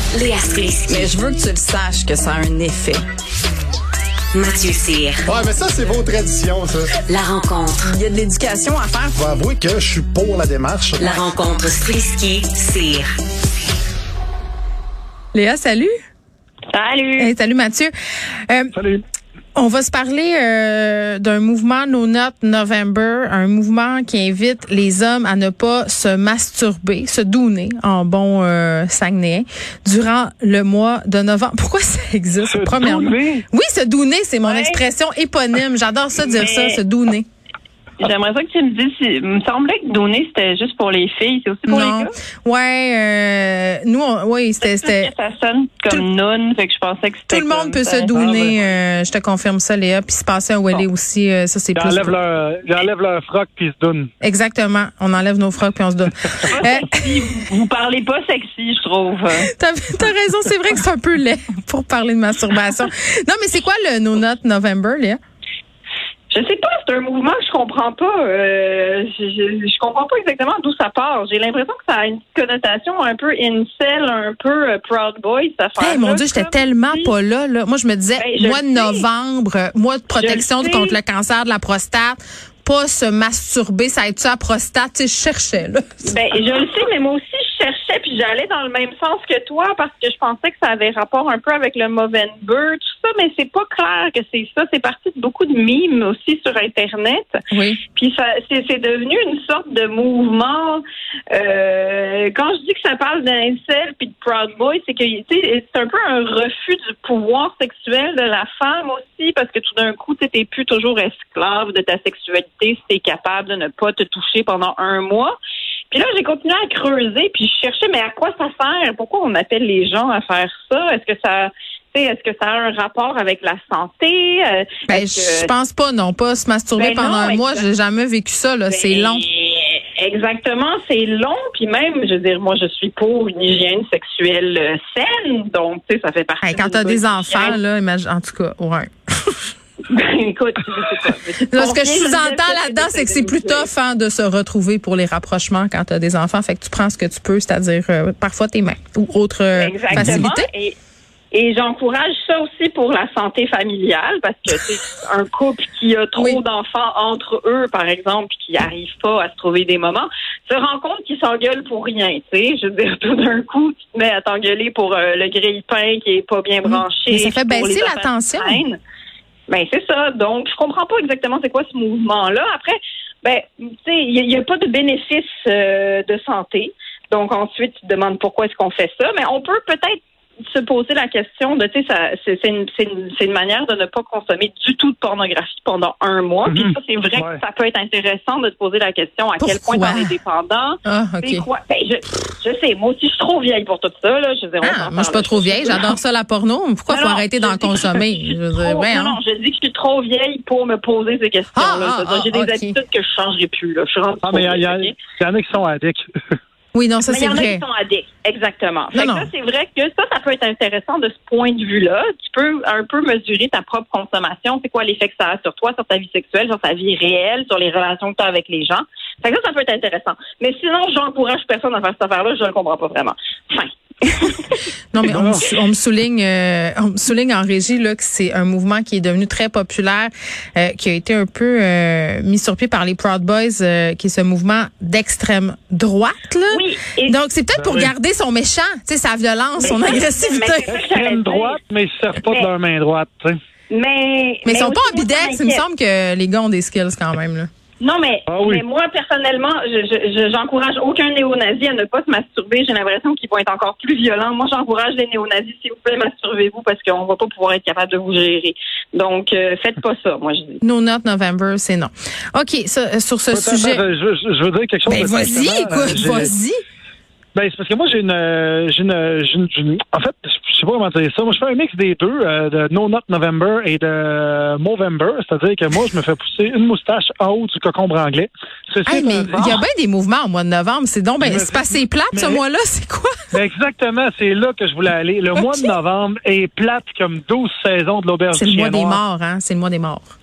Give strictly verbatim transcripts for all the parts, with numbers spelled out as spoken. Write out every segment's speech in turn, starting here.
Léa Strisky. Mais je veux que tu le saches que ça a un effet. Mathieu Cyr. Ouais, mais ça, c'est vos traditions, ça. La rencontre. Il y a de l'éducation à faire. Je vais avouer que je suis pour la démarche. La rencontre Strisky-Cyr. Léa, salut. Salut. Hey, salut Mathieu. Euh, Salut. On va se parler euh, d'un mouvement No Nut November, un mouvement qui invite les hommes à ne pas se masturber, se douner en bon euh, Saguenéen, durant le mois de novembre. Pourquoi ça existe? Se Premièrement. douner? Oui, se douner, c'est mon Ouais. expression éponyme. J'adore ça dire Mais- ça, se douner. J'aimerais ça que tu me dises, si- il me semblait que donner, c'était juste pour les filles. C'est aussi pour Non. les gars? Ouais, euh, nous, on, oui, c'était, c'était. Ça sonne comme Tout- non, fait que je pensais que c'était Tout le monde comme peut ça. se douner, euh, je te confirme ça, Léa. Puis se passer un Welly aussi, euh, ça c'est Ils plus. enlèvent cool. leur, ils enlèvent leur froc puis ils se donnent. Exactement. On enlève nos frocs puis on se donne. Pas sexy. Vous, vous parlez pas sexy, je trouve. T'as, t'as raison, c'est vrai que c'est un peu laid pour parler de masturbation. Non, mais c'est quoi le No Nut November, Léa? Je sais pas, c'est un mouvement que je comprends pas. Euh, je, je, je comprends pas exactement d'où ça part. J'ai l'impression que ça a une connotation un peu incel, un peu euh, Proud Boy, cette affaire. Hey, mon Dieu, j'étais tellement pas là, là. Moi, je me disais, Ben, je mois de le sais. novembre, euh, mois de protection Je le contre sais. le cancer de la prostate, pas se masturber, ça aide-tu à la prostate? Tu sais, je cherchais, là. Ben, je le sais, mais moi aussi, je cherchais, puis j'allais dans le même sens que toi, parce que je pensais que ça avait rapport un peu avec le Movember, tout ça, mais c'est pas clair que c'est ça. C'est parti de beaucoup de mimes aussi sur Internet. Oui. Puis ça, c'est, c'est devenu une sorte de mouvement. Euh, quand je dis que ça parle d'incel puis de Proud Boy, c'est que tu sais, c'est un peu un refus du pouvoir sexuel de la femme aussi, parce que tout d'un coup, tu n'es plus toujours esclave de ta sexualité si tu es capable de ne pas te toucher pendant un mois. Puis là, j'ai continué à creuser, puis je cherchais, mais à quoi ça sert? Pourquoi on appelle les gens à faire ça? Est-ce que ça... Est-ce que ça a un rapport avec la santé? Euh, Ben, est-ce je que- pense pas, non, pas se masturber Ben pendant non, un mois. exact- J'ai jamais vécu ça, là. C'est Ben, long. Exactement, c'est long. Puis même, je veux dire, moi, je suis pour une hygiène sexuelle euh, saine. Donc, tu sais, ça fait partie. Hey, quand d'une t'as des bonne enfants, hygiène. là, imagine, en tout cas, ouais. Ben, écoute, je sais pas. Mais Là, ce que je conviens, sous-entends Geneviève, là-dedans, c'est que c'est plus tough hein, de se retrouver pour les rapprochements quand t'as des enfants. Fait que tu prends ce que tu peux, c'est-à-dire euh, parfois tes mains ou autre euh, Exactement. facilité. Et, et j'encourage ça aussi pour la santé familiale, parce que c'est un couple qui a trop Oui. d'enfants entre eux, par exemple, puis qui n'arrive pas à se trouver des moments, se rend compte qu'ils s'engueulent pour rien. Tu sais, je veux dire, tout d'un coup, tu te mets à t'engueuler pour euh, le grille-pain qui est pas bien branché. Mais ça fait puis pour baisser les la affaires tension. qui traînent. Ben c'est ça. Donc, je comprends pas exactement c'est quoi ce mouvement-là. Après, ben, tu sais, il n'y a, a pas de bénéfice euh, de santé. Donc, ensuite, tu te demandes pourquoi est-ce qu'on fait ça. Mais on peut peut-être se poser la question de, tu sais, ça, c'est, c'est, une, c'est, une, c'est une manière de ne pas consommer du tout de pornographie pendant un mois. Puis Mhm. ça, c'est vrai Ouais. que ça peut être intéressant de te poser la question à quel point Pourquoi? t'en es dépendant. Ah, C'est OK. quoi? Ben, je, je sais, moi aussi, je suis trop vieille pour tout ça. Là. Je veux dire, on Ah, s'en moi, je suis parle, pas là. trop vieille. J'adore ça, la porno. Pourquoi Non, faut non, arrêter je d'en dis que consommer? je suis Je veux dire, trop- ouais, non, hein. non, je dis que je suis trop vieille pour me poser ces questions-là. Ah, Je veux dire, ah, J'ai des ah, ok. habitudes que je changerai plus. Là. Je suis rendue Ah, mais il y, trop a- il y, a- vieille, il y en a qui sont addicts. Oui, non, ça, mais il c'est y en a vrai. qui sont addicts, exactement. Non, Fait que non. ça, c'est vrai que ça, ça peut être intéressant de ce point de vue-là. Tu peux un peu mesurer ta propre consommation, c'est quoi l'effet que ça a sur toi, sur ta vie sexuelle, sur ta vie réelle, sur les relations que tu as avec les gens. Fait que ça, ça peut être intéressant. Mais sinon, j'encourage personne à faire cette affaire-là, je ne le comprends pas vraiment. Fin. Non, mais on me, sou- on me souligne, euh, on me souligne en régie là que c'est un mouvement qui est devenu très populaire, euh, qui a été un peu euh, mis sur pied par les Proud Boys, euh, qui est ce mouvement d'extrême droite là. Oui. Et Donc c'est peut-être Ben pour oui. garder son méchant, tu sais, sa violence, son Mais- agressivité. mais- c'est ça que j'allais Extrême dire. droite, mais ils se servent pas Mais- de leur main droite. Tu sais. Mais, Mais ils sont pas aussi, moi, ça ambidex. Il me m'inquiète. semble que les gars ont des skills quand même là. Non, mais, Ah oui. mais moi, personnellement, je, je, je- j'encourage aucun néo-nazi à ne pas se masturber. J'ai l'impression qu'ils vont être encore plus violents. Moi, j'encourage les néo-nazis, s'il vous plaît, masturbez-vous parce qu'on va pas pouvoir être capable de vous gérer. Donc, euh, faites pas ça, moi, je dis. No Nut November, c'est non. OK, ça, euh, sur ce Attends, sujet. attends, je, je- je veux dire quelque chose. Ben de vas-y, exactement, euh, écoute, j'ai- vas-y. Ben, c'est parce que moi, j'ai une, euh, j'ai une, j'ai une, j'ai une- en fait, je sais pas comment dire ça. Moi, je fais un mix des deux, euh, de No Nut November et de Movember. C'est-à-dire que moi, je me fais pousser une moustache en haut du cocombre anglais. Ceci Hey, mais étant il dit- y a bien des mouvements au mois de novembre. C'est donc, ben, Mais- c'est passé plate, ce mais- mois-là, c'est quoi? Ben, exactement, c'est là que je voulais aller. Le Ok. mois de novembre est plate comme douze saisons de l'auberge C'est du le mois chien des noir. morts, hein? C'est le mois des morts.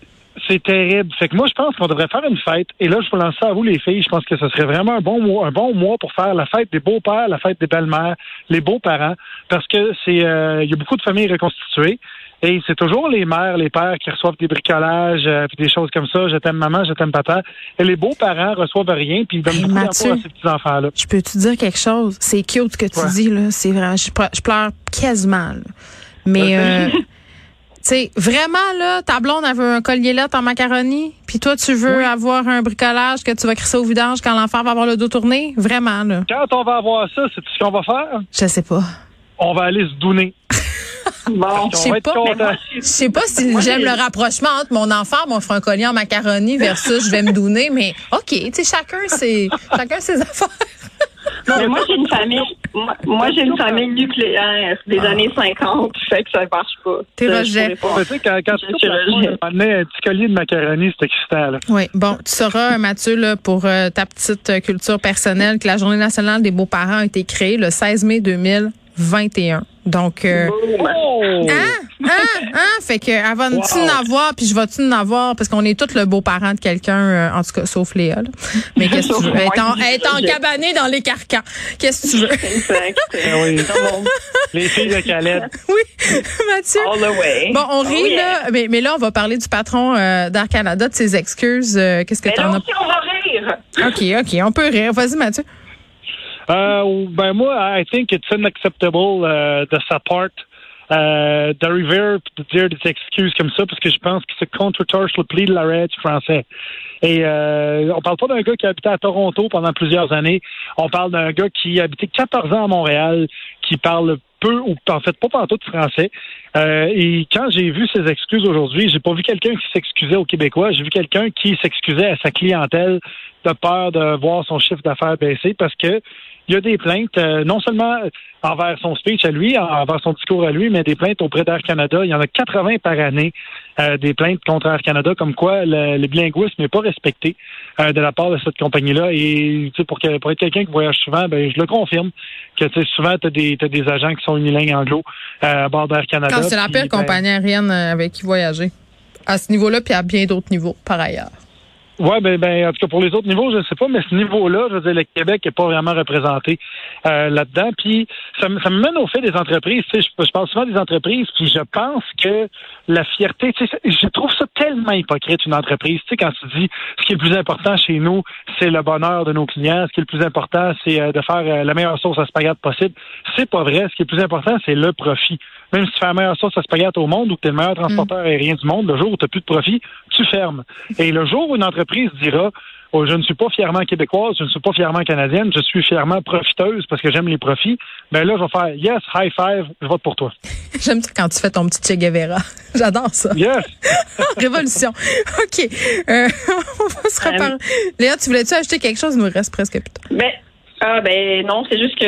c'est terrible. Fait que moi, je pense qu'on devrait faire une fête. Et là, je vous lance ça à vous, les filles. Je pense que ce serait vraiment un bon mois, un bon mois pour faire la fête des beaux-pères, la fête des belles-mères, les beaux-parents. Parce que c'est, euh, il y a beaucoup de familles reconstituées. Et c'est toujours les mères, les pères qui reçoivent des bricolages, euh, puis des choses comme ça. Je t'aime maman, je t'aime papa. Et les beaux-parents reçoivent rien, puis ils donnent Hey, beaucoup Mathieu, d'emploi à ces petits-enfants-là. Je peux te dire quelque chose? C'est cute ce que tu Ouais. dis, là. C'est vrai. Je, pleure- je pleure quasiment, là. Mais, euh, tu sais, vraiment, là, ta blonde, elle veut un collier lettre en macaroni, puis toi, tu veux Oui. avoir un bricolage que tu vas crisser au vidange quand l'enfant va avoir le dos tourné? Vraiment, là. Quand on va avoir ça, c'est ce qu'on va faire? Je sais pas. On va aller se douner. Bon. Je sais On va être pas. content. Je sais pas si Moi, j'aime j'ai- le rapprochement entre mon enfant, mon frère un collier en macaroni versus je vais me douner, mais OK, tu sais, chacun ses, chacun ses affaires. Mais moi, j'ai une famille, moi, moi, j'ai une famille nucléaire des Ah. années cinquante, fait que ça marche pas. T'es Ça, rejet. je pourrais pas. Mais tu sais, quand, quand Je tu coupes suis la rejet. pointe, amener un petit collier de macaroni, c'est excitant, là. Oui, bon, tu sauras, Mathieu, là, pour euh, ta petite euh, culture personnelle, que la Journée nationale des beaux-parents a été créée le seize mai deux mille vingt et un. Donc, euh, Boum. Oh! hein, hein, hein, fait que avant de Wow. tu en avoir, puis je vais-tu en avoir, parce qu'on est tous le beau-parent de quelqu'un, euh, en tout cas, sauf Léa, là. Mais qu'est-ce que tu veux? Sauf Elle est en, moi, elle est en je- cabanée dans les carcans. Qu'est-ce que tu veux? Exact. Ben oui. Come on. Les filles de Calais. Oui, Mathieu. All the way. Bon, on Oh, rit, yeah. là, mais, mais là, on va parler du patron euh, d'Air Canada, de ses excuses. Euh, Qu'est-ce que Mais t'en là as? aussi, on va rire. Ben, OK, OK, on peut rire. Vas-y, Mathieu. Euh, ben moi, I think it's unacceptable euh, de sa part euh, d'arriver et de dire des excuses comme ça parce que je pense que c'est contre-torche le pli de l'arrêt du français. Et euh, on parle pas d'un gars qui a habité à Toronto pendant plusieurs années. On parle d'un gars qui a habité quatorze ans à Montréal, qui parle peu ou en fait pas pantoute français. Euh, et quand j'ai vu ses excuses aujourd'hui, j'ai pas vu quelqu'un qui s'excusait aux Québécois. J'ai vu quelqu'un qui s'excusait à sa clientèle de peur de voir son chiffre d'affaires baisser parce que il y a des plaintes, euh, non seulement envers son speech à lui, envers son discours à lui, mais des plaintes auprès d'Air Canada. Il y en a quatre-vingts par année, euh, des plaintes contre Air Canada, comme quoi le, le bilinguisme n'est pas respecté euh, de la part de cette compagnie-là. Et tu sais, pour, que, pour être quelqu'un qui voyage souvent, ben je le confirme que tu sais, souvent tu as des, t'as des agents qui sont unilingues anglo euh, à bord d'Air Canada. Quand c'est la puis, pire ben, compagnie aérienne euh, avec qui voyager. À ce niveau-là, puis à bien d'autres niveaux, par ailleurs. Ouais, ben, ben, en tout cas, pour les autres niveaux, je ne sais pas, mais ce niveau-là, je veux dire, le Québec n'est pas vraiment représenté euh, là-dedans. Puis, ça, me- ça me mène au fait des entreprises. Tu sais, je, je parle souvent des entreprises, puis je pense que la fierté, tu sais, je trouve ça tellement hypocrite, une entreprise. Tu sais, quand tu dis, ce qui est le plus important chez nous, c'est le bonheur de nos clients. Ce qui est le plus important, c'est euh, de faire euh, la meilleure sauce à spaghetti possible. C'est pas vrai. Ce qui est le plus important, c'est le profit. Même si tu fais la meilleure sauce à spaghetti au monde ou que tu es le meilleur transporteur aérien du monde, le jour où tu n'as plus de profit, tu fermes. Et le jour où une entreprise dira oh, je ne suis pas fièrement québécoise, je ne suis pas fièrement canadienne, je suis fièrement profiteuse parce que j'aime les profits, ben là, je vais faire yes, high five, je vote pour toi. J'aime ça quand tu fais ton petit Che Guevara. J'adore ça. Yes! Révolution. OK. Euh, on va se reparler. Léa, tu voulais-tu acheter quelque chose? Il nous reste presque plus de temps. Ben, ah, ben, non, c'est juste que